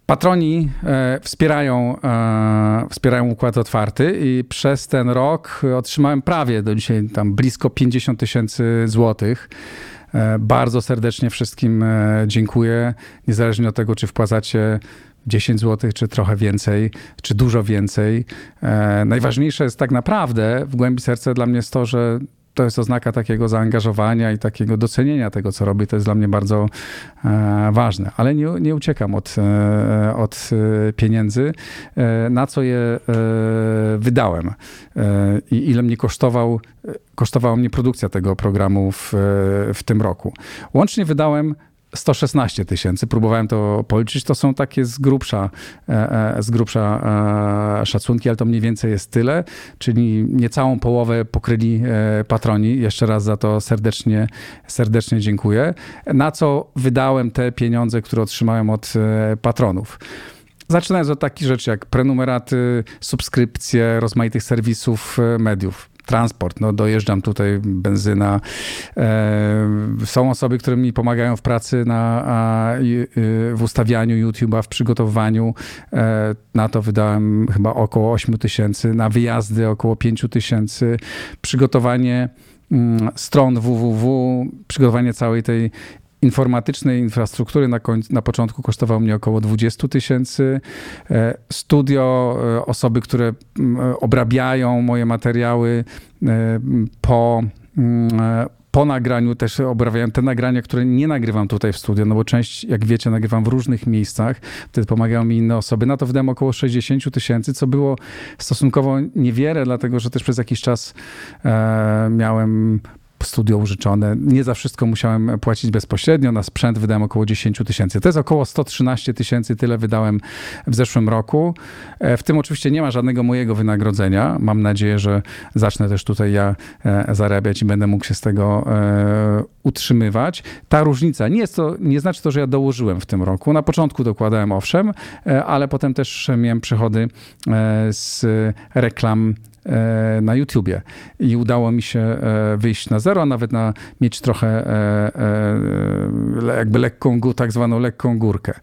Patroni wspierają Układ Otwarty i przez ten rok otrzymałem prawie do dzisiaj tam blisko 50 000 złotych. Bardzo serdecznie wszystkim dziękuję, niezależnie od tego, czy wpłacacie 10 zł, czy trochę więcej, czy dużo więcej. Najważniejsze jest tak naprawdę w głębi serca dla mnie jest to, że to jest oznaka takiego zaangażowania i takiego docenienia tego, co robię. To jest dla mnie bardzo ważne. Ale nie uciekam od pieniędzy, na co je wydałem i ile mnie kosztowała mnie produkcja tego programu w tym roku. Łącznie wydałem 116 000. Próbowałem to policzyć. To są takie z grubsza szacunki, ale to mniej więcej jest tyle, czyli niecałą połowę pokryli patroni. Jeszcze raz za to serdecznie dziękuję. Na co wydałem te pieniądze, które otrzymałem od patronów? Zaczynając od takich rzeczy jak prenumeraty, subskrypcje rozmaitych serwisów mediów. Transport, dojeżdżam tutaj, benzyna. Są osoby, które mi pomagają w pracy w ustawianiu YouTube'a, w przygotowywaniu. Na to wydałem chyba około 8 000, na wyjazdy około 5 000, przygotowanie stron www, przygotowanie całej tej informatycznej infrastruktury na początku kosztowało mnie około 20 000. Studio, osoby, które obrabiają moje materiały po nagraniu też obrabiałem te nagrania, które nie nagrywam tutaj w studio, no bo część, jak wiecie, nagrywam w różnych miejscach. Wtedy pomagają mi inne osoby. Na to wydałem około 60 000, co było stosunkowo niewiele, dlatego że też przez jakiś czas miałem studio użyczone. Nie za wszystko musiałem płacić bezpośrednio. Na sprzęt wydałem około 10 000. To jest około 113 000. Tyle wydałem w zeszłym roku. W tym oczywiście nie ma żadnego mojego wynagrodzenia. Mam nadzieję, że zacznę też tutaj ja zarabiać i będę mógł się z tego utrzymywać. Ta różnica nie znaczy to, że ja dołożyłem w tym roku. Na początku dokładałem, owszem, ale potem też miałem przychody z reklam na YouTubie i udało mi się wyjść na zero, a nawet mieć trochę jakby tak zwaną lekką górkę.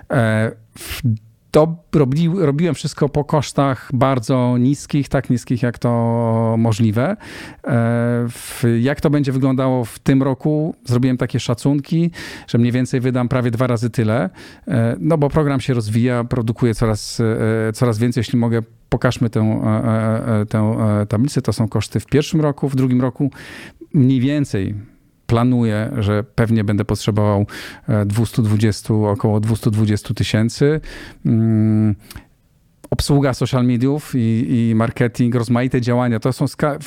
Robiłem wszystko po kosztach bardzo niskich, tak niskich jak to możliwe. Jak to będzie wyglądało w tym roku? Zrobiłem takie szacunki, że mniej więcej wydam prawie 2 razy tyle, no bo program się rozwija, produkuje coraz więcej. Jeśli mogę, pokażmy tę tablicę. To są koszty w pierwszym roku, w drugim roku mniej więcej planuję, że pewnie będę potrzebował około 220 000. Obsługa social mediów i marketing, rozmaite działania, to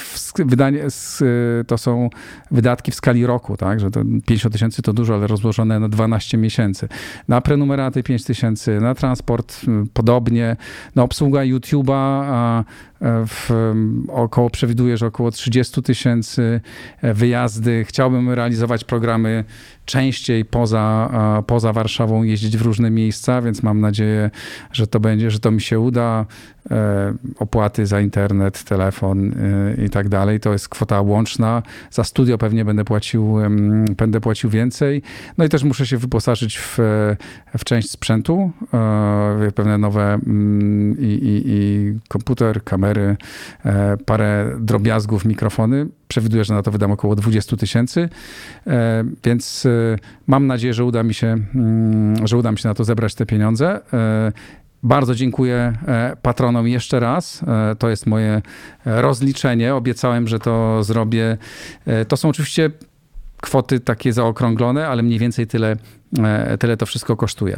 są wydatki w skali roku, tak? Że to 50 000 to dużo, ale rozłożone na 12 miesięcy. Na prenumeraty 5 000, na transport podobnie, na obsługa YouTube'a przewiduję, że około 30 000, wyjazdy. Chciałbym realizować programy częściej poza Warszawą, jeździć w różne miejsca, więc mam nadzieję, że to mi się uda. Opłaty za internet, telefon i tak dalej. To jest kwota łączna. Za studio pewnie będę płacił więcej. No i też muszę się wyposażyć w część sprzętu, pewne nowe i komputer, kamery, parę drobiazgów, mikrofony. Przewiduję, że na to wydam około 20 000, więc mam nadzieję, że uda mi się na to zebrać te pieniądze. Bardzo dziękuję patronom jeszcze raz. To jest moje rozliczenie. Obiecałem, że to zrobię. To są oczywiście kwoty takie zaokrąglone, ale mniej więcej tyle to wszystko kosztuje.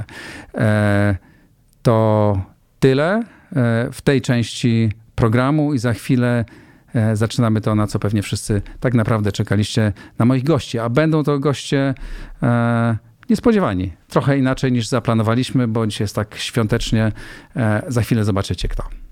To tyle w tej części programu i za chwilę zaczynamy to, na co pewnie wszyscy tak naprawdę czekaliście, na moich gości. A będą to goście niespodziewani. Trochę inaczej niż zaplanowaliśmy, bo dzisiaj jest tak świątecznie. Za chwilę zobaczycie kto.